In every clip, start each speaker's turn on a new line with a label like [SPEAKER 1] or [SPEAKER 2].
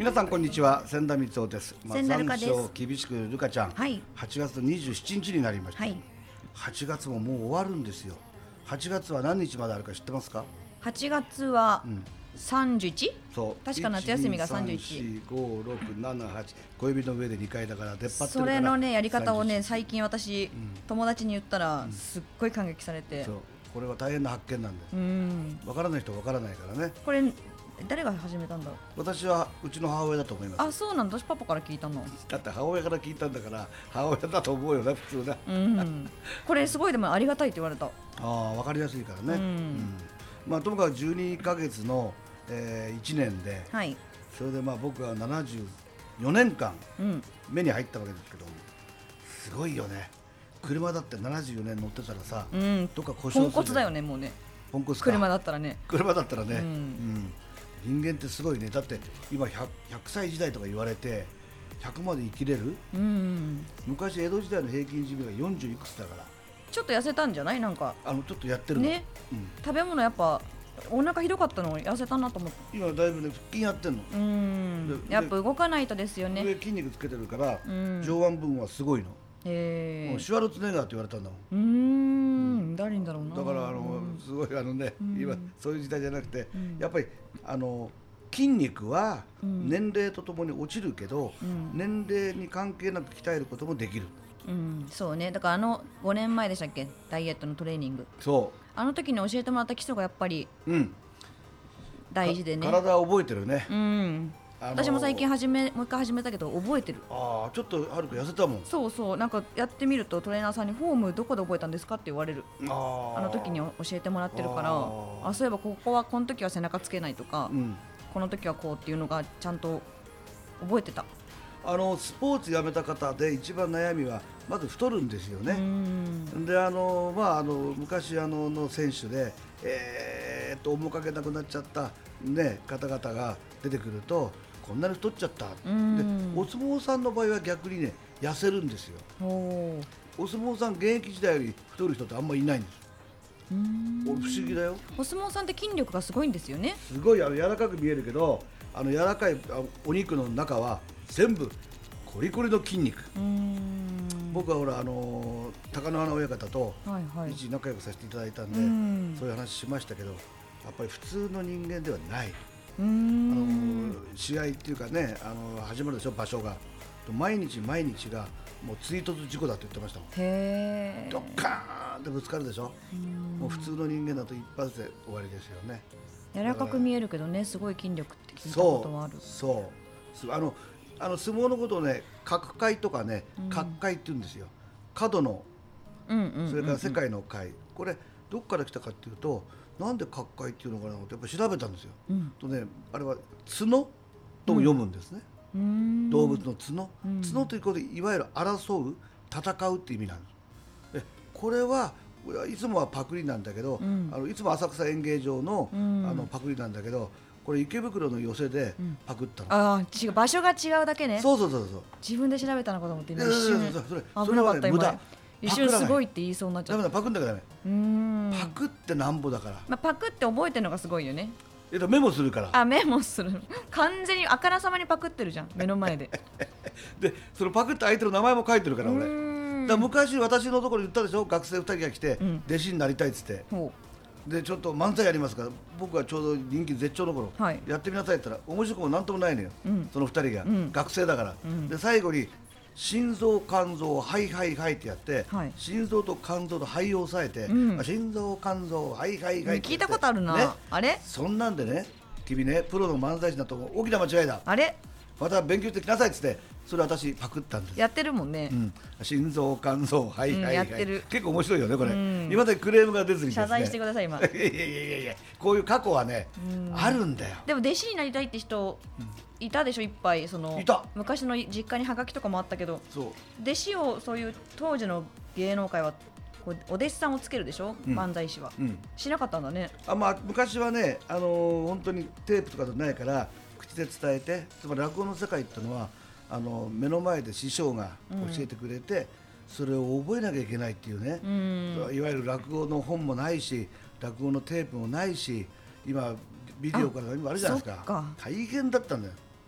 [SPEAKER 1] 皆さんこんにちは、千田光雄です。
[SPEAKER 2] 千田ルカです。
[SPEAKER 1] 残暑厳しくルカちゃん、
[SPEAKER 2] はい、
[SPEAKER 1] 8月27日になりました、
[SPEAKER 2] はい、
[SPEAKER 1] 8月ももう終わるんですよ。8月は何日まであるか知ってますか
[SPEAKER 2] ？8月は 31？
[SPEAKER 1] そう
[SPEAKER 2] 確か夏休みが31。
[SPEAKER 1] 1、2、3、4、5、6、7、8、小指の上で2回だから出っ張ってるから。
[SPEAKER 2] それのねやり方をね最近私、
[SPEAKER 1] ん
[SPEAKER 2] 友達に言ったらすっごい感激されて、
[SPEAKER 1] そうこれは大変な発見なんで、分からない人は分からないからね。
[SPEAKER 2] これ誰が始めたんだろう。
[SPEAKER 1] 私はうちの母親だと思います。
[SPEAKER 2] あ、そうなんだ。私パパから聞いたの。
[SPEAKER 1] だって母親から聞いたんだから母親だと思うよね、普通ね。
[SPEAKER 2] これすごいでもありがたいって言われた。
[SPEAKER 1] ああ、分かりやすいからね。まあ、ともかく12ヶ月の、1年で、
[SPEAKER 2] はい、
[SPEAKER 1] それでまあ僕は74年間目に入ったわけですけども、すごいよね。車だって74年乗ってたらさ、どっか故障する。
[SPEAKER 2] ポンコツだよね、もうね。
[SPEAKER 1] ポンコツか。
[SPEAKER 2] 車だったらね。
[SPEAKER 1] 人間ってすごいね。だって今 100歳時代とか言われて100まで生きれる、昔江戸時代の平均寿命が40いくつだから。
[SPEAKER 2] ちょっと痩せたんじゃない？なんか
[SPEAKER 1] ちょっとやってるの
[SPEAKER 2] ね、食べ物やっぱお腹ひどかったの痩せたなと思って。
[SPEAKER 1] 今だいぶね腹筋やってんの。
[SPEAKER 2] やっぱ動かないとですよね。
[SPEAKER 1] 上筋肉つけてるから、上腕部分はすごいの。もうシュワルツェネッガーって言われたんだもん。
[SPEAKER 2] 誰んだろうな。
[SPEAKER 1] だからすごい今そういう時代じゃなくて、やっぱり筋肉は年齢とともに落ちるけど、年齢に関係なく鍛えることもできる。
[SPEAKER 2] そうね。だから5年前でしたっけ、ダイエットのトレーニング。
[SPEAKER 1] そう
[SPEAKER 2] あの時に教えてもらった基礎がやっぱり大事でね。
[SPEAKER 1] 体を覚えてるね。
[SPEAKER 2] 私も最近もう一回始めたけど覚えてる。
[SPEAKER 1] ちょっとはるか痩せたもん。
[SPEAKER 2] そうそう、なんかやってみるとトレーナーさんにフォームどこで覚えたんですかって言われる。あの時に教えてもらってるから、そういえばこの時は背中つけないとか、この時はこうっていうのがちゃんと覚えてた。
[SPEAKER 1] スポーツやめた方で一番悩みはまず太るんですよね。で昔の選手で面影なくなっちゃった、方々が出てくるとこんなに太っちゃった。でお相撲さんの場合は逆にね痩せるんですよ。お相撲さん現役時代より太る人ってあんまりいないんです。不思議だよ。
[SPEAKER 2] お相撲さんって筋力がすごいんですよね。
[SPEAKER 1] すごい柔らかく見えるけど、柔らかいお肉の中は全部コリコリの筋肉。僕はほら貴乃花親方と一時仲良くさせていただいたんで、そういう話しましたけど、やっぱり普通の人間ではない。試合っていうかね、始まるでしょ、場所が。毎日毎日がもう追突事故だと言ってましたもん。ドッカーンってぶつかるでしょ。もう普通の人間だと一発で終わりですよね。
[SPEAKER 2] 柔らかく見えるけどね、すごい筋力って聞いたことはある。
[SPEAKER 1] そう相撲のことをね、角界とかね、角界って言うんですよ。角の、それから世界の界。これどっから来たかっていうと、なんで角界っていうのかなってやっぱ調べたんですよ。とね、あれは角と読むんですね。動物の角、角ということでいわゆる争う、戦うって意味なんです。これはいつもはパクリなんだけど、いつも浅草演芸場の、パクリなんだけど、これ池袋の寄席でパクったの。
[SPEAKER 2] 違う、場所が違うだけね。
[SPEAKER 1] そう
[SPEAKER 2] 自分で調べたのかと思って、今一
[SPEAKER 1] 瞬
[SPEAKER 2] 危なかった。今一瞬すごいって言いそうになっちゃった。
[SPEAKER 1] パクんだからダメ。パクってなんぼだから。
[SPEAKER 2] パクって覚えてるのがすごいよね。
[SPEAKER 1] メモするから。
[SPEAKER 2] メモする。完全にあからさまにパクってるじゃん、目の前で。
[SPEAKER 1] でそのパクった相手の名前も書いてるから俺。昔私のところに言ったでしょ、学生2人が来て弟子になりたいっつって。でちょっと漫才やりますから、僕はちょうど人気絶頂の頃、やってみなさいって言ったら面白くもなんともないのよ、その2人が、学生だから、で最後に心臓肝臓はいはいはいってやって、心臓と肝臓と肺を押さえて、心臓肝臓はいはいはいって
[SPEAKER 2] 聞いたことあるな、あれ
[SPEAKER 1] そんなんでね、君ねプロの漫才師だと大きな間違いだ、
[SPEAKER 2] あれ
[SPEAKER 1] また勉強してきなさいっつって、それ私パクったんです。
[SPEAKER 2] やってるもんね、
[SPEAKER 1] 心臓肝臓はいはいはい、
[SPEAKER 2] やってる。
[SPEAKER 1] 結構面白いよねこれ、今までクレームが出ずにですね。
[SPEAKER 2] 謝罪してください今。
[SPEAKER 1] いやこういう過去はね、あるんだよ。
[SPEAKER 2] でも弟子になりたいって人いたでしょ、いっぱい。
[SPEAKER 1] いた。
[SPEAKER 2] 昔の実家にハガキとかもあったけど、弟子を、そういう当時の芸能界はお弟子さんをつけるでしょ、漫才師は、しなかったんだね。
[SPEAKER 1] 昔はね、本当にテープとかじゃないから口で伝えて、つまり落語の世界っていうのは目の前で師匠が教えてくれて、それを覚えなきゃいけないっていうね、いわゆる落語の本もないし、落語のテープもないし、今ビデオから今あるじゃないですか。大変だったんだよ。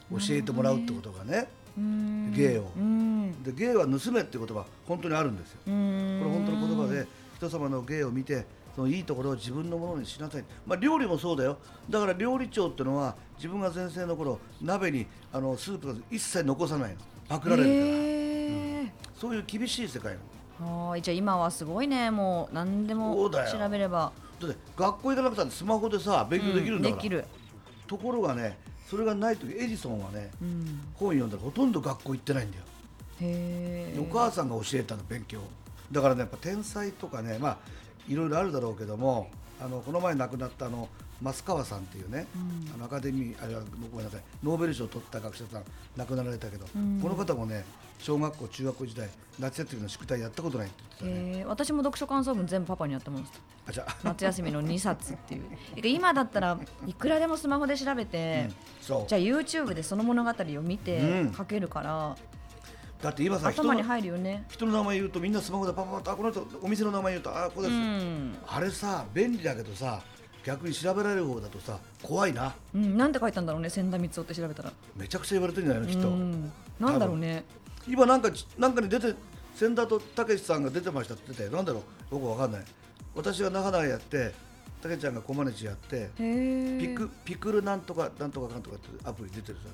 [SPEAKER 1] 教えてもらうってことがね、芸を、で芸は盗めっていう言葉本当にあるんですよ。これ本当の言葉で、人様の芸を見てそのいいところを自分のものにしなさい。料理もそうだよ。だから料理長ってのは自分が先生の頃鍋にスープが一切残さないの、パクられるから、そういう厳しい世界な
[SPEAKER 2] の。じゃあ今はすごいね、もう何でも調べれば。
[SPEAKER 1] だって学校行かなくたってスマホでさ勉強できるんだから、
[SPEAKER 2] できる。
[SPEAKER 1] ところがね、それがない時エジソンはね、本読んだらほとんど学校行ってないんだよ。お母さんが教えたの、勉強だからね。やっぱ天才とかね、いろいろあるだろうけども、この前亡くなった増川さんっていうね、アカデミーごめんなさい、ノーベル賞を取った学者さん亡くなられたけど、この方もね、小学校中学校時代夏休みの宿題やったことないって言ってたね。
[SPEAKER 2] 私も読書感想文全部パパにやってました。夏休みの2冊っていう今だったらいくらでもスマホで調べて、じゃあ YouTube でその物語を見て書けるから、
[SPEAKER 1] だって今さ、
[SPEAKER 2] 頭に入るよね。
[SPEAKER 1] 人の名前言うとみんなスマホでパパッと、この人お店の名前言うとここです、あれさ便利だけどさ、逆に調べられる方だとさ怖いな。
[SPEAKER 2] なんて書いたんだろうね、千田光雄って調べたら
[SPEAKER 1] めちゃくちゃ言われてるんじゃないの、きっと。
[SPEAKER 2] なんだろうね。
[SPEAKER 1] 今なんかに出て、千田とたけしさんが出てましたって言ってたよ。なんだろう、僕わかんない。私が長々やってたけちゃんがコマネチやって、ピクルなんとかなんとかかんとかってアプリ出てるさ。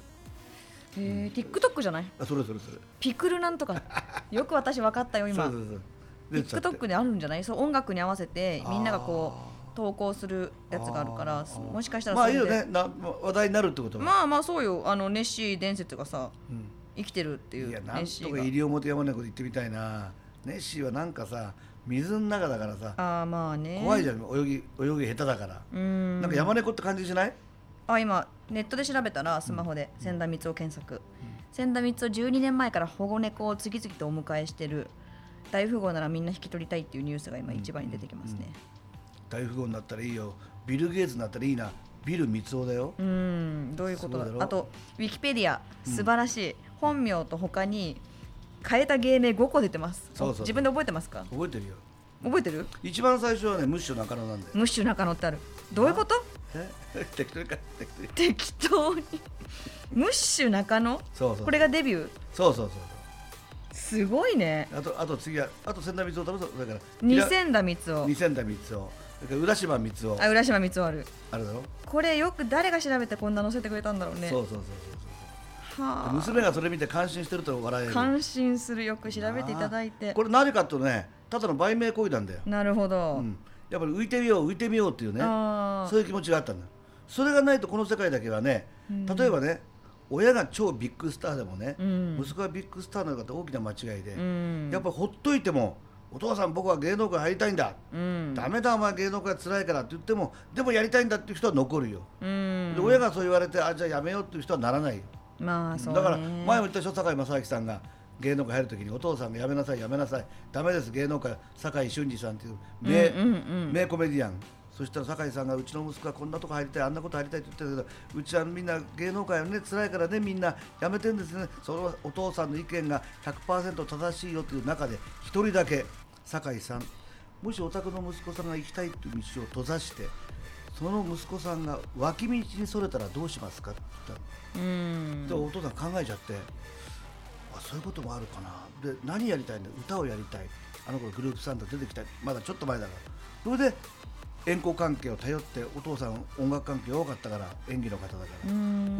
[SPEAKER 2] TikTok じゃない？
[SPEAKER 1] それ
[SPEAKER 2] ピクルなんとかよく私分かったよ今。TikTok であるんじゃない？そう音楽に合わせてみんながこう投稿するやつがあるから、もしかしたらそれで
[SPEAKER 1] いいよね、話題になるってこと
[SPEAKER 2] は。そうよ。ネッシー伝説がさ、生きてるっていう。
[SPEAKER 1] いや、なんとか西表山猫で行ってみたいな。ネッシーはなんかさ、水の中だからさ、怖いじゃん、泳ぎ下手だから。なんか山猫って感じしない？
[SPEAKER 2] 今ネットで調べたら、スマホで千田光雄検索、千田光雄12年前から保護猫を次々とお迎えしてる。大富豪ならみんな引き取りたいっていうニュースが今一番に出てきますね。
[SPEAKER 1] 大富豪になったらいいよ。ビル・ゲイツになったらいいな。ビル・光雄だよ。
[SPEAKER 2] どういうことだろう。あとウィキペディア素晴らしい、本名と他に変えた芸名5個出てます。自分で覚えてますか？
[SPEAKER 1] 覚えてるよ。
[SPEAKER 2] 覚えてる？
[SPEAKER 1] 一番最初はね、ムッシュ中野なんだよ。
[SPEAKER 2] ムッシュ中野ってある。どういうこと？
[SPEAKER 1] 適当に
[SPEAKER 2] 適当にムッシュ中野。これがデビュー。
[SPEAKER 1] そう
[SPEAKER 2] すごいね。
[SPEAKER 1] あと次は千田光雄だろ。それから
[SPEAKER 2] 二千田光雄、
[SPEAKER 1] それから浦島光雄。
[SPEAKER 2] 浦島光雄ある
[SPEAKER 1] だろ。こ
[SPEAKER 2] れよく誰が調べてこんな載せてくれたんだろうね。
[SPEAKER 1] そう娘がそれ見て感心してると笑える。
[SPEAKER 2] 感心する。よく調べていただいて。
[SPEAKER 1] これ何かとね、ただの売名行為なんだよ。
[SPEAKER 2] なるほど、
[SPEAKER 1] やっぱり浮いてみようっていうね、そういう気持ちがあったんだ。それがないとこの世界だけはね、例えばね、親が超ビッグスターでもね、息子がビッグスターなのかって大きな間違いで、やっぱりほっといても、お父さん僕は芸能界入りたいんだ、ダメだお前芸能界つらいからって言っても、でもやりたいんだっていう人は残るよ、で親がそう言われて、じゃあやめようっていう人はならないよ。
[SPEAKER 2] そうね、
[SPEAKER 1] だから前も言ったでしょ、堺正明さんが芸能界入るときにお父さんがやめなさいダメです芸能界、堺俊二さんっていう名コメディアン。そしたら堺さんが、うちの息子はこんなとこ入りたい、あんなこと入りたいって言ってるけど、うちはみんな芸能界はね辛いからね、みんなやめてるんですね。そのお父さんの意見が 100% 正しいよという中で、一人だけ堺さん、もしお宅の息子さんが行きたいという道を閉ざして、その息子さんが脇道にそれたらどうしますかって言った。でお父さん考えちゃって、そういうこともあるかな。で何やりたいんだ、歌をやりたい。あの頃グループサンド出てきた、まだちょっと前だから。それで縁故関係を頼って、お父さん音楽関係多かったから、演技の方だから、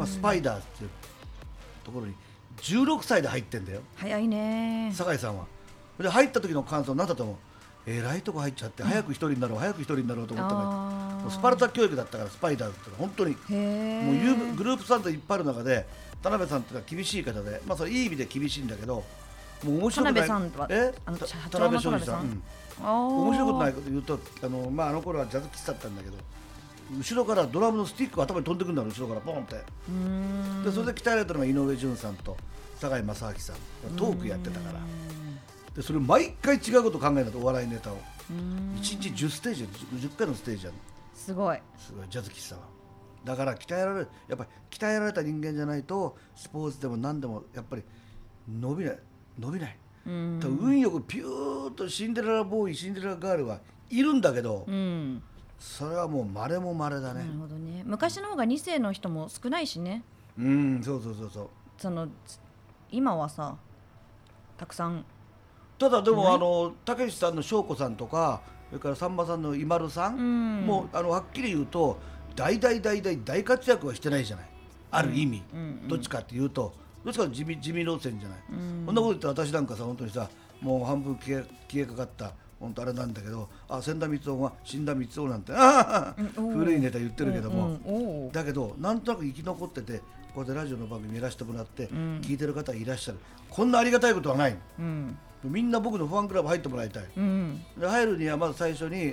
[SPEAKER 1] スパイダーズっていうところに16歳で入ってんだよ。
[SPEAKER 2] 早いね
[SPEAKER 1] 堺さんは。で入った時の感想何だと思う？えらいとこ入っちゃって、早く一人になろうと思ったから、スパルタ教育だったから、スパイダーズって本当にもうグループサンドいっぱいある中で、田辺さんってのは厳しい方で、それいい意味で厳しいんだけど、もう面白くない。
[SPEAKER 2] 田辺さんは
[SPEAKER 1] 田辺庄司さん、面白いことないこと言うと、あの頃はジャズ喫茶だったんだけど、後ろからドラムのスティックが頭に飛んでくるんだろう、後ろからポンって。でそれで鍛えられたのが井上順さんと堺正明さん、トークやってたから。でそれ毎回違うこと考えたと、お笑いネタを1日10ステージ、10回のステージやる。
[SPEAKER 2] すごい
[SPEAKER 1] ジャズ喫茶は。だから鍛えられた人間じゃないと、スポーツでも何でもやっぱり伸びない。運よくピューッとシンデレラボーイ、シンデレラガールはいるんだけど、それはもう稀も稀だね。
[SPEAKER 2] なるほどね。昔の方が2世の人も少ないしね。
[SPEAKER 1] そうそうそうそう。
[SPEAKER 2] その今はさたくさん。
[SPEAKER 1] ただでもたけしさんの翔子さんとか、それからさんまさんの今るさんもはっきり言うと大活躍はしてないじゃない、ある意味、どっちかっていうとどっちか地味路線じゃない、そんなこと言ったら私なんかさ本当にさもう半分消えかかった本当あれなんだけど、千田光雄が死んだ光雄なんて古いネタ言ってるけども、だけどなんとなく生き残っててここでラジオの番組やらせてもらって聞いてる方いらっしゃる、こんなありがたいことはない、みんな僕のファンクラブ入ってもらいたい、で入るにはまず最初に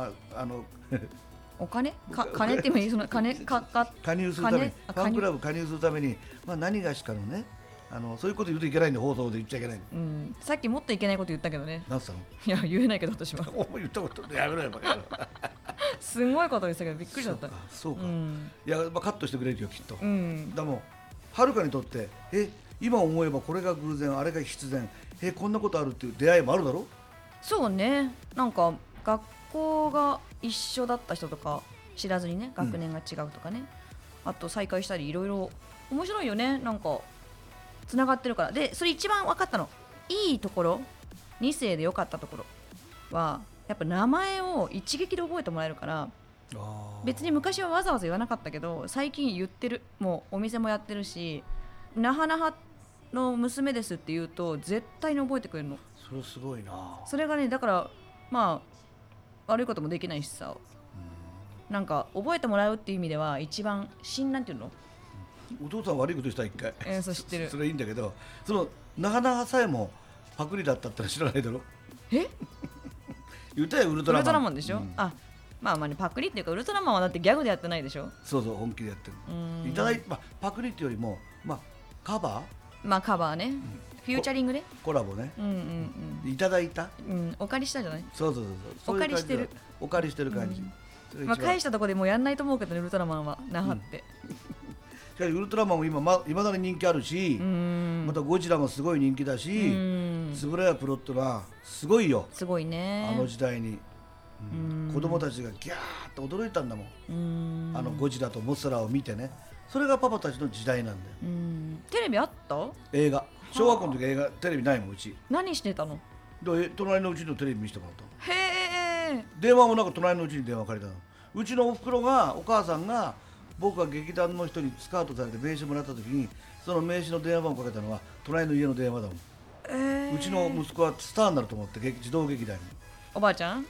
[SPEAKER 2] お金金ってもいい、その金加
[SPEAKER 1] 入するためにファンクラブ加入するために、何がしかのねそういうこと言うといけないんで、放送で言っちゃいけない、
[SPEAKER 2] さっきもっといけないこと言ったけどね。
[SPEAKER 1] 何すかの？
[SPEAKER 2] いや言えないけど私は
[SPEAKER 1] 言ったことやめろよバカ野郎
[SPEAKER 2] すごいこと言ってたけどびっくりしちゃった。
[SPEAKER 1] そうか、いやカットしてくれるよきっと、だもんはるかにとって今思えばこれが偶然あれが必然、こんなことあるっていう出会いもあるだろ。
[SPEAKER 2] そうね、なんか学校が一緒だった人とか知らずにね、学年が違うとかね、あと再会したりいろいろ面白いよね、なんかつながってるから。でそれ一番分かったの、いいところ2世で良かったところはやっぱ名前を一撃で覚えてもらえるから、別に昔はわざわざ言わなかったけど最近言ってる、もうお店もやってるし、那覇の娘ですって言うと絶対に覚えてくれるの。
[SPEAKER 1] それすごいな。
[SPEAKER 2] それがね、だから悪いこともできないしさ、なんか覚えてもらうっていう意味では一番なんていうの、
[SPEAKER 1] お父さん悪いことした一回、
[SPEAKER 2] そう知ってる。
[SPEAKER 1] それいいんだけど、そのなかなかさえもパクリだったってのは知らないだろ。言ったよウルトラマン。
[SPEAKER 2] ウルトラマンでしょ、まあね、パクリっていうかウルトラマンはだってギャグでやってないでしょ。
[SPEAKER 1] そう本気でやってる。いただいパクリっていうよりもカバー、
[SPEAKER 2] カバーね、フューチャリングで
[SPEAKER 1] コラボね、いただいた、
[SPEAKER 2] お借りしたじゃない。
[SPEAKER 1] そう
[SPEAKER 2] お借りしてる、
[SPEAKER 1] お借りしてる感じ、
[SPEAKER 2] 返したとこでもうやんないと思うけどね、ウルトラマンは那覇って、
[SPEAKER 1] しかしウルトラマンも今いまだに人気あるし、またゴジラもすごい人気だし、円谷プロってのはすごいよ。
[SPEAKER 2] すごいね、
[SPEAKER 1] あの時代に、子供たちがギャーッと驚いたんだもん、ゴジラとモスラを見てね。それがパパたちの時代なんだよ。
[SPEAKER 2] テレビあった？
[SPEAKER 1] 映画、小学校の時映画テレビないもんうち。
[SPEAKER 2] 何してたの？
[SPEAKER 1] 隣のうちのテレビ見せてもらったの。
[SPEAKER 2] へえ。
[SPEAKER 1] 電話もなんか隣のうちに電話借りたの。うちのおふくろが、お母さんが僕が劇団の人にスカウトされて名刺もらった時に、その名刺の電話番号かけたのは隣の家の電話だもん。うちの息子はスターになると思って児童劇団に。
[SPEAKER 2] おばあちゃん？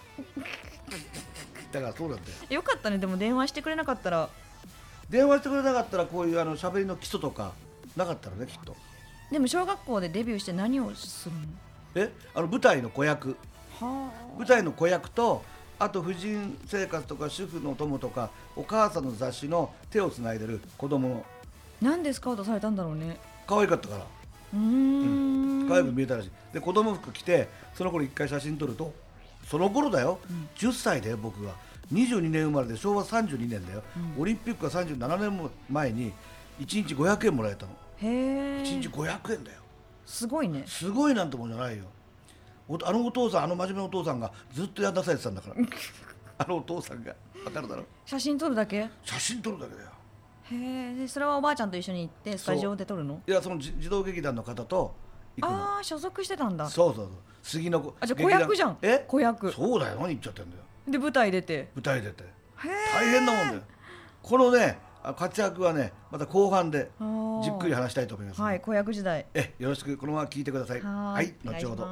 [SPEAKER 1] だからそうなんだよ。
[SPEAKER 2] よかったね。でも電話してくれなかったら
[SPEAKER 1] こういう喋りの基礎とかなかったらね、きっと。
[SPEAKER 2] でも小学校でデビューして何をするの？
[SPEAKER 1] 舞台の子役、舞台の子役と、あと婦人生活とか主婦の友とかお母さんの雑誌の手をつないでる子供の。
[SPEAKER 2] なんでスカウトされたんだろうね。
[SPEAKER 1] 可愛かったから、可愛く見えたらしい。で子供服着てその頃一回写真撮ると、その頃だよ、10歳だよ僕が。22年生まれで昭和32年だよ、オリンピックが37年も前に1日500円もらえたの。
[SPEAKER 2] へえ。
[SPEAKER 1] 1日500円だよ。
[SPEAKER 2] すごいね。
[SPEAKER 1] すごいなんてもんじゃないよ。あのお父さん、真面目なお父さんがずっとやんなされてたんだからあのお父さんが、分かるだろ。
[SPEAKER 2] 写真撮るだけ？
[SPEAKER 1] 写真撮るだけだよ。
[SPEAKER 2] へえ。それはおばあちゃんと一緒に行ってスタジオで撮るの？
[SPEAKER 1] いや、その児童劇団の方と行くの。
[SPEAKER 2] 所属してたんだ。
[SPEAKER 1] そう杉の子。
[SPEAKER 2] じゃあ子役じゃん。子役。
[SPEAKER 1] そうだよ、何言っちゃってんだよ。
[SPEAKER 2] で舞台出て
[SPEAKER 1] 大変なもんだよ。このね活躍はね、また後半でじっくり話したいと思います、
[SPEAKER 2] はい、子役時代
[SPEAKER 1] よろしくこのまま聞いてください。はい、後ほど。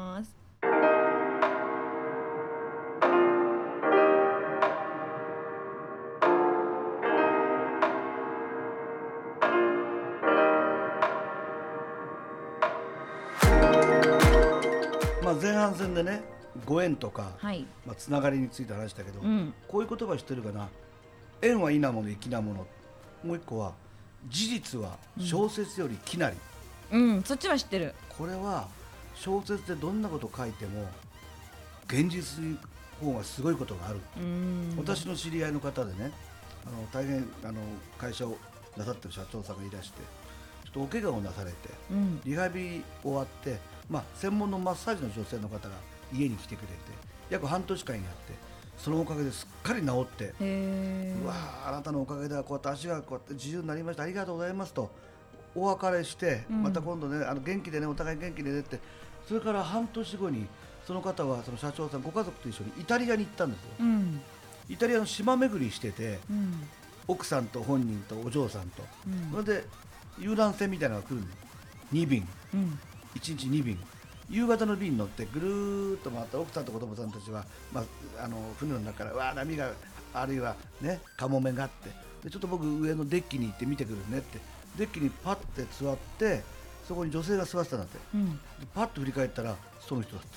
[SPEAKER 1] 前半戦でね、ご縁とか、つながりについて話したけど、こういう言葉知ってるかな。縁は異なもの、粋なもの。もう一個は事実は小説より奇なり。
[SPEAKER 2] そっちは知ってる。
[SPEAKER 1] これは小説でどんなこと書いても現実の方がすごいことがある。私の知り合いの方でね、大変会社をなさってる社長さんがいらして、ちょっとお怪我をなされて、リハビリ終わって、専門のマッサージの女性の方が家に来てくれて約半年間やって、 そのおかげですっかり治って、うわあなたのおかげではこうやって足がこうやって自由になりました、ありがとうございますとお別れして、また今度ね元気でねお互い元気でねって、それから半年後にその方はその社長さんご家族と一緒にイタリアに行ったんですよ、イタリアの島巡りしてて、奥さんと本人とお嬢さんと、それで遊覧船みたいなのが来るの2便、1日2便、夕方の便に乗ってぐるーっと回った奥さんと子供さんたちは、船の中からわー波があるいはねカモメがあって、でちょっと僕上のデッキに行って見てくるねって、デッキにパッて座ってそこに女性が座ってたんだって、でパッと振り返ったらその人だった、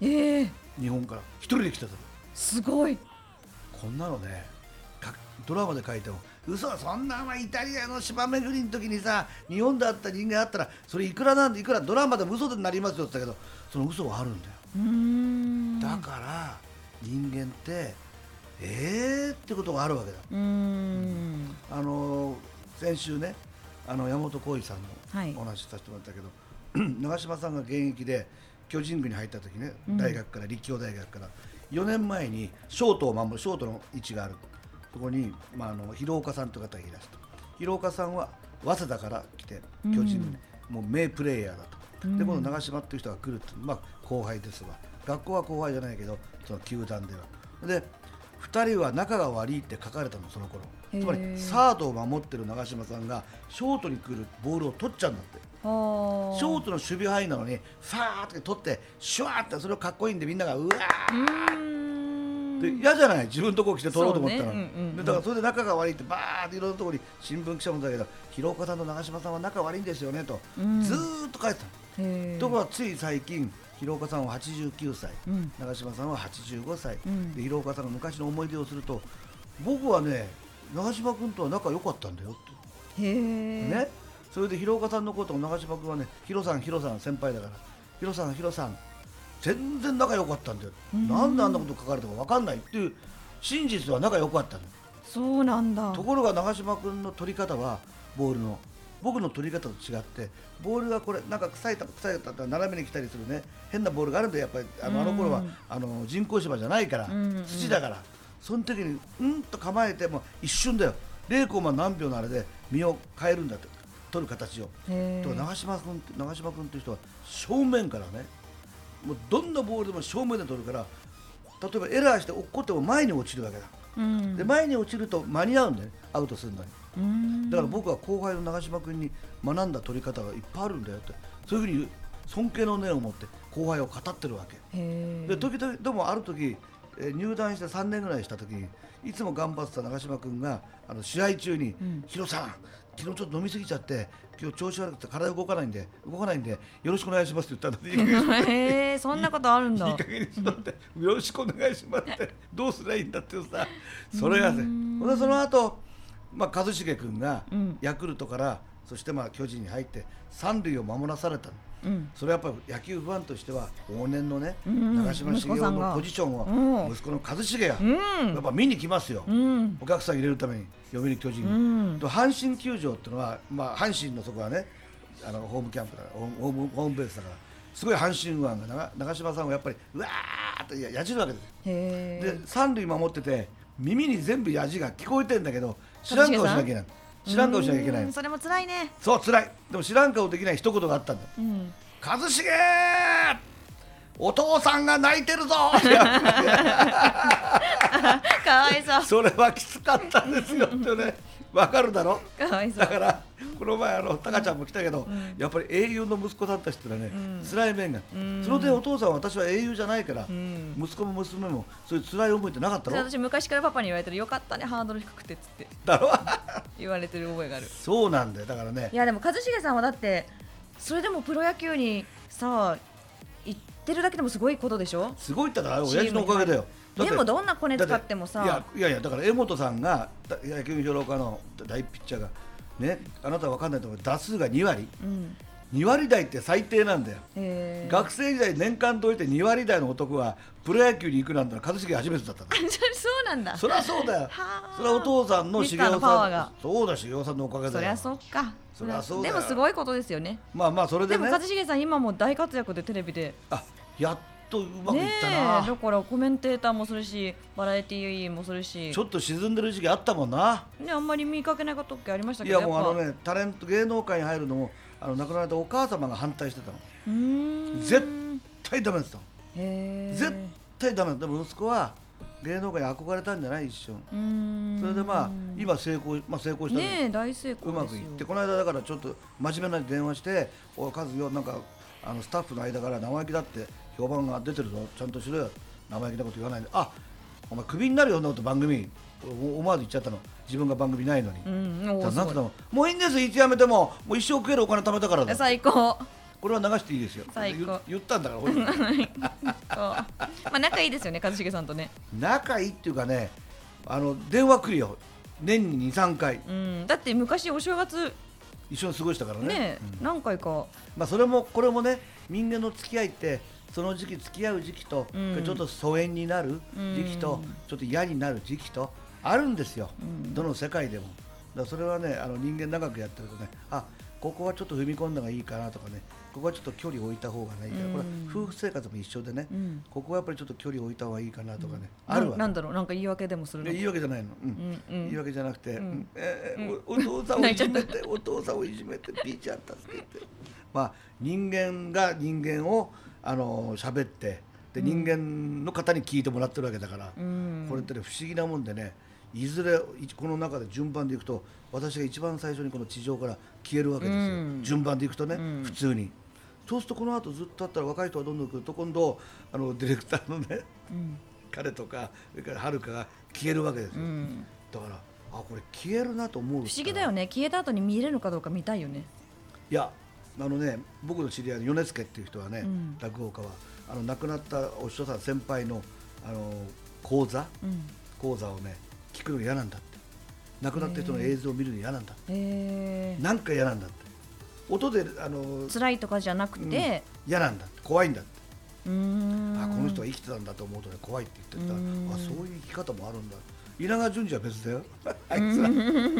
[SPEAKER 1] 日本から一人で来てた。
[SPEAKER 2] すごい。
[SPEAKER 1] こんなのねドラマで書いても嘘、そんなイタリアの島巡りの時にさ日本であった人間あったらそれいくらなんでいくらドラマでも嘘でなりますよって言ったけど、その嘘はあるんだよ。だから人間ってってことがあるわけだ。先週ね山本浩二さんのお話させてもらったけど、長嶋さんが現役で巨人軍に入った時ね、大学から立教大学から4年前にショートを守るショートの位置がある、そこに、広岡さんという方がいらっしゃる。広岡さんは早稲田から来て巨人軍、もう名プレーヤーだと、でこの長嶋っていう人が来るって、後輩ですわ。学校は後輩じゃないけどその球団では。で2人は仲が悪いって書かれたのその頃。つまりサードを守ってる長嶋さんがショートに来るボールを取っちゃうんだって。ショートの守備範囲なのにファーって取ってシュワーって、それをかっこいいんでみんながうわーで嫌じゃない、自分のとこ来て取ろうと思ったら、だからそれで仲が悪いってバーっていろんなところに新聞記者もだけど、広岡さんと長嶋さんは仲悪いんですよねと、ずーっと書いてた。ところがつい最近広岡さんは89歳、長嶋さんは85歳、で広岡さんが昔の思い出をすると、僕はね長嶋君とは仲良かったんだよってね。それで広岡さんのことを長嶋君はね、ヒロさん先輩だから、ヒロさん全然仲良かったんだよ、なんであんなこと書かれたか分かんないっていう真実は仲良かったの。
[SPEAKER 2] そうなんだ。
[SPEAKER 1] ところが長嶋君の取り方はボールの僕の取り方と違って、ボールがこれなんか臭いとか斜めに来たりするね変なボールがあるんで、やっぱりあの頃は人工芝じゃないから土だから、その時にと構えても一瞬だよ、0コンマ何秒のあれで身を変えるんだって、取る形を。と長嶋君っていう人は正面からね、もうどんなボールでも正面で取るから、例えばエラーして落っこっても前に落ちるわけだ、で前に落ちると間に合うんだよね、アウトするのに。だから僕は後輩の長嶋君に学んだ取り方がいっぱいあるんだよって、そういうふうに尊敬の念を持って後輩を語ってるわけで、時々でもある時入団して3年ぐらいした時にいつも頑張ってた長嶋君が試合中にヒロさん昨日ちょっと飲みすぎちゃって今日調子悪くて体動かないんでよろしくお願いしますって言ったんだ
[SPEAKER 2] そんなことあるんだ。
[SPEAKER 1] いい加減にしろってよろしくお願いしますってどうすりゃいいんだってさ、それがね。その後一茂君がヤクルトからそして巨人に入って三塁を守らされたの。それはやっぱり野球ファンとしては往年のね、長嶋茂雄のポジションを息子の一茂がやっぱ見に来ますよ、お客さん入れるために読売巨人に、阪神球場っていうのは、阪神のそこはねホームキャンプだからホームベースだからすごい阪神ファンが長嶋さんをやっぱりうわーってやじるわけです。で三塁守ってて耳に全部やじが聞こえてんだけど知らん顔しなきゃいけない。
[SPEAKER 2] それも辛いね。
[SPEAKER 1] そう辛い。でも知らん顔できない一言があったんだ、一茂お父さんが泣いてるぞか
[SPEAKER 2] わいそう。
[SPEAKER 1] それはきつかったんですよってね、わかるだろ。
[SPEAKER 2] かわいそう。
[SPEAKER 1] だからこの前タカちゃんも来たけど、やっぱり英雄の息子だった人はね、辛い面が、その点お父さんは私は英雄じゃないから、息子も娘もそういう辛い思いってなかったろ。
[SPEAKER 2] 私昔からパパに言われてる、よかったねハードル低くてっつって
[SPEAKER 1] だろ
[SPEAKER 2] 言われてる覚えがある。
[SPEAKER 1] そうなんだよ。だからね、
[SPEAKER 2] いやでも一茂さんはだってそれでもプロ野球にさ行ってるだけでもすごいことでしょ。
[SPEAKER 1] すごいったら親父のおかげだよ。
[SPEAKER 2] でもどんなコネ使ってもさ、
[SPEAKER 1] いやだから江本さんが野球評論家の大ピッチャーがね、あなたは分かんないと思う、打数が2割、2割台って最低なんだよ。学生時代年間通して2割台の男はプロ野球に行くなんてのは一茂初めてだったんだ
[SPEAKER 2] そうなんだ。
[SPEAKER 1] そりゃそうだよ。それはお父さんの茂雄さん、そうだ、茂雄さんのおかげだよ。
[SPEAKER 2] そりゃそっか。
[SPEAKER 1] そりゃそうだよ。
[SPEAKER 2] でもすごいことですよね。
[SPEAKER 1] それでね。
[SPEAKER 2] でも一茂さん今も大活躍でテレビで
[SPEAKER 1] やっとうまくいったな、
[SPEAKER 2] だからコメンテーターもするしバラエティーもするし、
[SPEAKER 1] ちょっと沈んでる時期あったもんな、
[SPEAKER 2] あんまり見かけない時ありましたけど、
[SPEAKER 1] いやもうタレント芸能界に入るのも亡くなられたお母様が反対してたの。絶対ダメだったの。絶対ダメだった。でも息子は芸能界に憧れたんじゃない、一瞬。それで今成功した
[SPEAKER 2] ね、大成功ですよ。
[SPEAKER 1] うまくいって、この間だからちょっと真面目な電話して「おいカズよ、なんかスタッフの間から生意気だって評判が出てるぞ、ちゃんとしろよ、生意気なこと言わないで、あお前クビになるよ、そんなこと番組思わず言っちゃったの、自分が番組ないのに。なんつったの、もういいんです、いつ辞めてもう一生食えるお金貯めたからだ。
[SPEAKER 2] 最高。
[SPEAKER 1] これは流していいですよ。
[SPEAKER 2] 最高。
[SPEAKER 1] 言ったんだから
[SPEAKER 2] 仲いいですよね、一茂さんとね。
[SPEAKER 1] 仲いいっていうかね、電話来るよ、年に 2,3 回。
[SPEAKER 2] だって昔お正月
[SPEAKER 1] 一緒に過ごしたからね。
[SPEAKER 2] 何回か。
[SPEAKER 1] それもこれもね、人間の付き合いってその時期付き合う時期と、ちょっと疎遠になる時期と、ちょっと嫌になる時期とあるんですよ、どの世界でも。だからそれはね、人間長くやってるとね、ここはちょっと踏み込んだ方がいいかなとかね、ここはちょっと距離を置いた方がいいから、これ夫婦生活も一緒でね、ここはやっぱりちょっと距離を置いた方がいいかなとかね、あるわ。
[SPEAKER 2] なんだろう、なんか言い訳でもするの？
[SPEAKER 1] 言い訳じゃないの、言い訳じゃなくて、お父さんをいじめて、お父さんをいじめて、ピーちゃん助けて、人間が人間を喋って、で人間の方に聞いてもらってるわけだから、これってね不思議なもんでね、いずれこの中で順番でいくと私が一番最初にこの地上から消えるわけですよ、順番でいくとね、普通に。そうするとこの後ずっとあったら若い人がどんどん来ると、今度ディレクターのね、彼とかそれからはるかが消えるわけですよ、だからこれ消えるなと思う。
[SPEAKER 2] 不思議だよね、消えた後に見れるかどうか見たいよね。
[SPEAKER 1] いや僕の知り合いの米助っていう人はね、落語家は亡くなったお師匠さん先輩の講座をね聞くの嫌なんだって、亡くなった人の映像を見るの嫌なんだって、なんか嫌なんだって、音で
[SPEAKER 2] 辛いとかじゃなくて、
[SPEAKER 1] 嫌なんだって、怖いんだって、この人は生きてたんだと思うとね怖いって言ってたら、そういう生き方もあるんだ。稲川淳二は別だよあいつら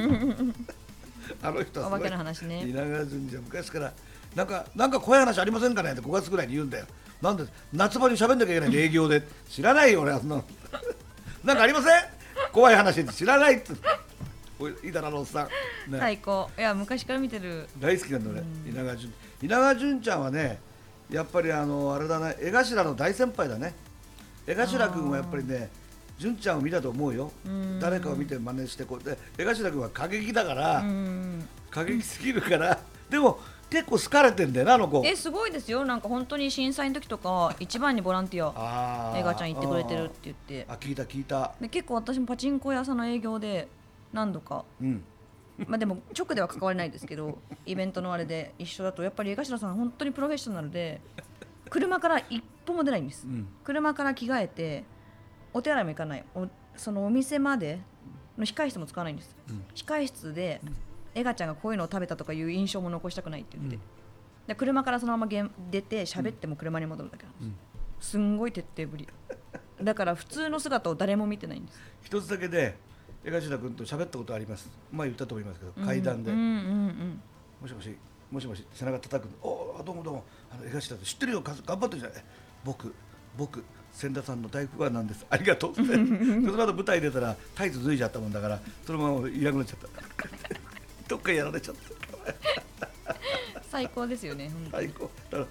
[SPEAKER 1] 人は
[SPEAKER 2] お化けの話ね。
[SPEAKER 1] 稲川淳二は昔からなんか怖い話ありませんかねって5月ぐらいに言うんだよ。なんで夏場に喋んなきゃいけない営業で知らないよ俺はそんなのなんかありません怖い話って知らないっていいだろおっさん、
[SPEAKER 2] 最高。いや昔から見てる、
[SPEAKER 1] 大好きなんだね、稲川淳ちゃんはね、やっぱりあれだね、江頭の大先輩だね。江頭君はやっぱりね、淳ちゃんを見たと思うよ。誰かを見て真似してこうで、江頭君は過激だから、過激すぎるから、でも結構好かれてんだよな、あの子。
[SPEAKER 2] すごいですよ。なんか本当に震災の時とか一番にボランティア江頭ちゃん行ってくれてるって言って、
[SPEAKER 1] 聞いた
[SPEAKER 2] で結構私もパチンコ屋さんの営業で何度か、でも直では関われないですけどイベントのあれで一緒だと、やっぱり江頭さん本当にプロフェッショナルで、車から一歩も出ないんです、車から着替えてお手洗いも行かない、そのお店までの控室も使わないんです、控室で江頭ちゃんがこういうのを食べたとかいう印象も残したくないって言って、で車からそのまま出て喋っても車に戻るだけなんです、すんごい徹底ぶりだから普通の姿を誰も見てないんです。
[SPEAKER 1] 一つだけで江頭君と喋ったことあります。前言ったと思いますけど、階段で、もしもし背中叩くの、どうも江頭知ってるよ、頑張ってるじゃない、僕千田さんの大ファンなんです、ありがとうってその後舞台出たらタイツ脱いじゃったもんだから、そのままいなくなっちゃったどっかやられちゃった
[SPEAKER 2] 最高ですよね、
[SPEAKER 1] 最高だから、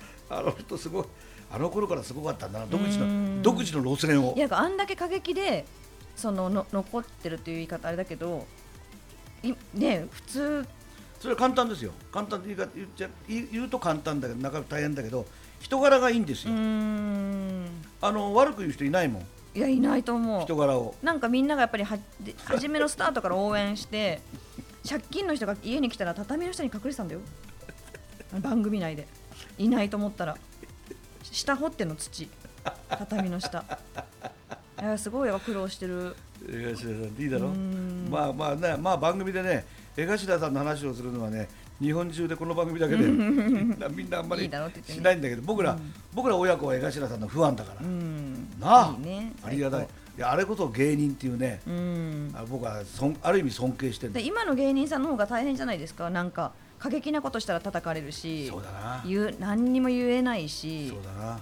[SPEAKER 1] 人すごい、頃からすごかったんだな、独自の路線を。
[SPEAKER 2] いや、あんだけ過激で残ってるっていう言い方あれだけどね、普通
[SPEAKER 1] それは簡単ですよ。簡単って言うと簡単だけど、なかなか大変だけど、人柄がいいんですよ。悪く言う人いないもん。
[SPEAKER 2] いや、いないと思う。
[SPEAKER 1] 人柄を
[SPEAKER 2] なんかみんながやっぱり初めのスタートから応援して借金の人が家に来たら畳の下に隠れてたんだよ番組内で。いないと思ったら下掘っての土、畳の下いや、すごい苦労してる
[SPEAKER 1] 江頭さんっていいだろ。番組でね、江頭さんの話をするのはね、日本中でこの番組だけでみんなあんまりしないんだけど、僕ら親子は江頭さんのファンだから、なあ、ありがたい。あれこそ芸人っていうね、僕はある意味尊敬してる。
[SPEAKER 2] で今の芸人さんの方が大変じゃないですか。なんか過激なことしたら叩かれるし、
[SPEAKER 1] そうだな、
[SPEAKER 2] 何にも言えないし、
[SPEAKER 1] そうだな、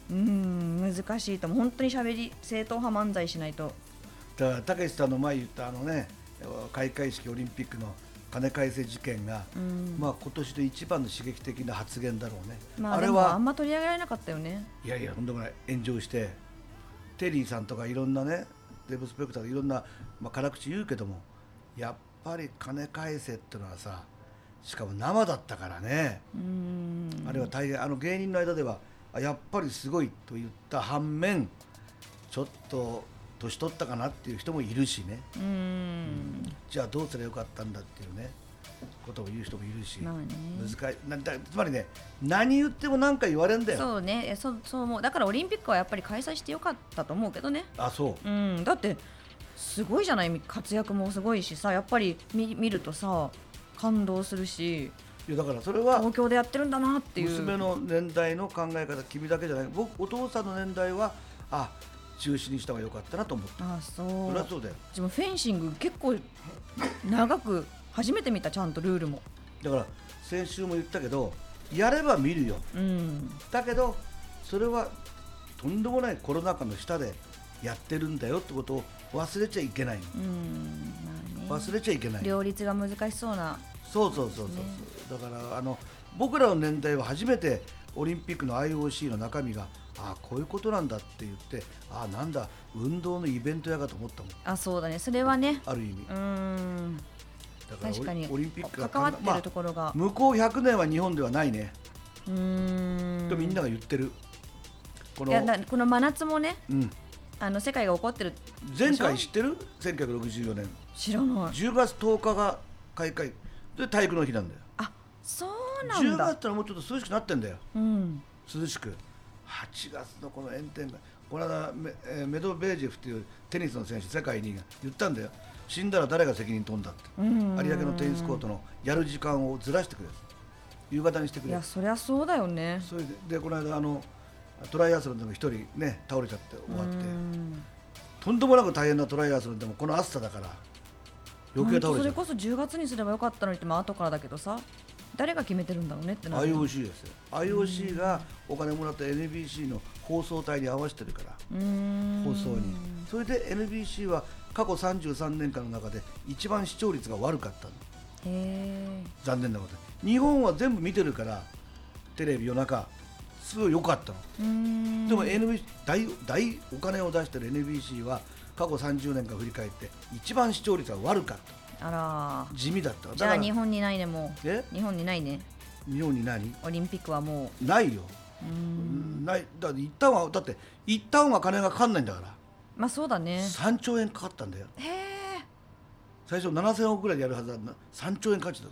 [SPEAKER 2] 難しいと思う。本当に喋り正統派漫才しないと。
[SPEAKER 1] だからたけしさんの前言った開会式オリンピックの金返せ事件が、まあ今年で一番の刺激的な発言だろうね。
[SPEAKER 2] まあ、あれはあんま取り上げられなかったよね。
[SPEAKER 1] いやいやとんでもない。炎上してテリーさんとかいろんなねデブスペクターがいろんな、辛口言うけども、やっぱり金返せってのはさ、しかも生だったからね。あれは大変芸人の間ではやっぱりすごいと言った反面、ちょっと年取ったかなっていう人もいるしね。じゃあどうすればよかったんだっていうねことを言う人もいるし、難しい。つまりね、何言っても何か言われるんだよ。
[SPEAKER 2] そうね、そう思う。だからオリンピックはやっぱり開催してよかったと思うけどね。
[SPEAKER 1] あ、そう。
[SPEAKER 2] だってすごいじゃない、活躍もすごいしさ、やっぱり見るとさ感動するし。
[SPEAKER 1] いやだからそれは
[SPEAKER 2] 東京でやってるんだなっていう。
[SPEAKER 1] 娘の年代の考え方、君だけじゃない。お父さんの年代は中止にした方が良かったなと思った。
[SPEAKER 2] そう。
[SPEAKER 1] それはそうだよ。
[SPEAKER 2] でもフェンシング結構長く初めて見た、ちゃんとルールも。
[SPEAKER 1] だから先週も言ったけど、やれば見るよ。だけどそれはとんでもないコロナ禍の下でやってるんだよってことを忘れちゃいけない。忘れちゃいけない。
[SPEAKER 2] 両立が難しそうな。
[SPEAKER 1] そう、だから僕らの年代は初めてオリンピックの IOC の中身がこういうことなんだって言って、なんだ運動のイベントやかと思ったもん。
[SPEAKER 2] そうだね、それはね、
[SPEAKER 1] ある意味。だから
[SPEAKER 2] 確かに
[SPEAKER 1] オリンピックが
[SPEAKER 2] 関わってるところが、
[SPEAKER 1] 向こう100年は日本ではないねとみんなが言ってる。
[SPEAKER 2] この真夏もね、世界が起こってる。
[SPEAKER 1] 前回知ってる？1964年
[SPEAKER 2] 知らない。
[SPEAKER 1] 10月10日が開会で体育の日なんだよ。
[SPEAKER 2] そうなんだ。
[SPEAKER 1] 10月ってのはもうちょっと涼しくなってんだよ。涼しく。8月のこの炎天下、この間メドベージェフっていうテニスの選手、世界2位が言ったんだよ。死んだら誰が責任取んだって。有明のテニスコートのやる時間をずらしてくれる、夕方にしてくれる。
[SPEAKER 2] いや、そりゃそうだよね。
[SPEAKER 1] それでこの間トライアスロンでも一人ね倒れちゃって終わって、とんでもなく大変なトライアスロンでもこの暑さだから余計倒れちゃう。
[SPEAKER 2] それこそ10月にすればよかったのにって、後からだけどさ、誰が決めてるんだろうねってなる。
[SPEAKER 1] IOC ですよ。 IOC がお金もらった NBC の放送帯に合わせてるから、放送に。それで NBC は過去33年間の中で一番視聴率が悪かったの。残念なことで。日本は全部見てるからテレビ夜中すごい良かったの。でも NBC 大お金を出してる NBC は過去30年間振り返って一番視聴率が悪かった。地味だった。
[SPEAKER 2] じゃあ日本にないね。もう日本にないね。
[SPEAKER 1] 日本に何？
[SPEAKER 2] オリンピックはも
[SPEAKER 1] うないよ。ない。だって行った方が金がかかんないんだから。
[SPEAKER 2] そうだね。
[SPEAKER 1] 3兆円かかったんだよ。最初7000億ぐらいでやるはずだ。3兆円かかっちゃった。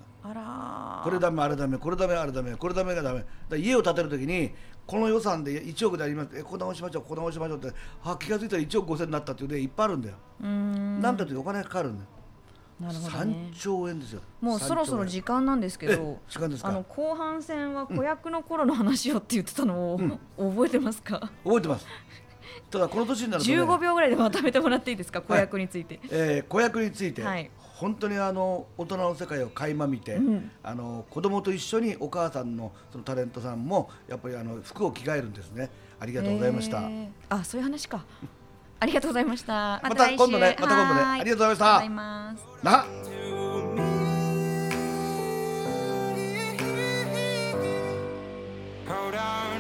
[SPEAKER 1] これダメあれダメ、これダメあれダメ、これダメがダメだ。家を建てるときにこの予算で1億であります、ここ直しましょうここ直しましょうって、気がついたら1億5000になったっていうでいっぱいあるんだよ。なんだってお金がかかるんだよ。
[SPEAKER 2] なるほどね。
[SPEAKER 1] 3兆円ですよ。
[SPEAKER 2] もうそろそろ時間なんですけど、
[SPEAKER 1] 時間ですか？
[SPEAKER 2] 後半戦は子役の頃の話をって言ってたのを、覚えてますか？
[SPEAKER 1] 覚えてます。ただこの年になると、ね、
[SPEAKER 2] 15秒ぐらいでまとめてもらっていいですか？子役について。
[SPEAKER 1] 子役について、本当に大人の世界を垣間見て、子供と一緒にお母さんのそのタレントさんもやっぱり服を着替えるんですね。ありがとうございました。
[SPEAKER 2] そういう話か。ありがとうございました。
[SPEAKER 1] また今度ね。ありがとうございました。
[SPEAKER 2] ありがとうございます。
[SPEAKER 3] Hold on.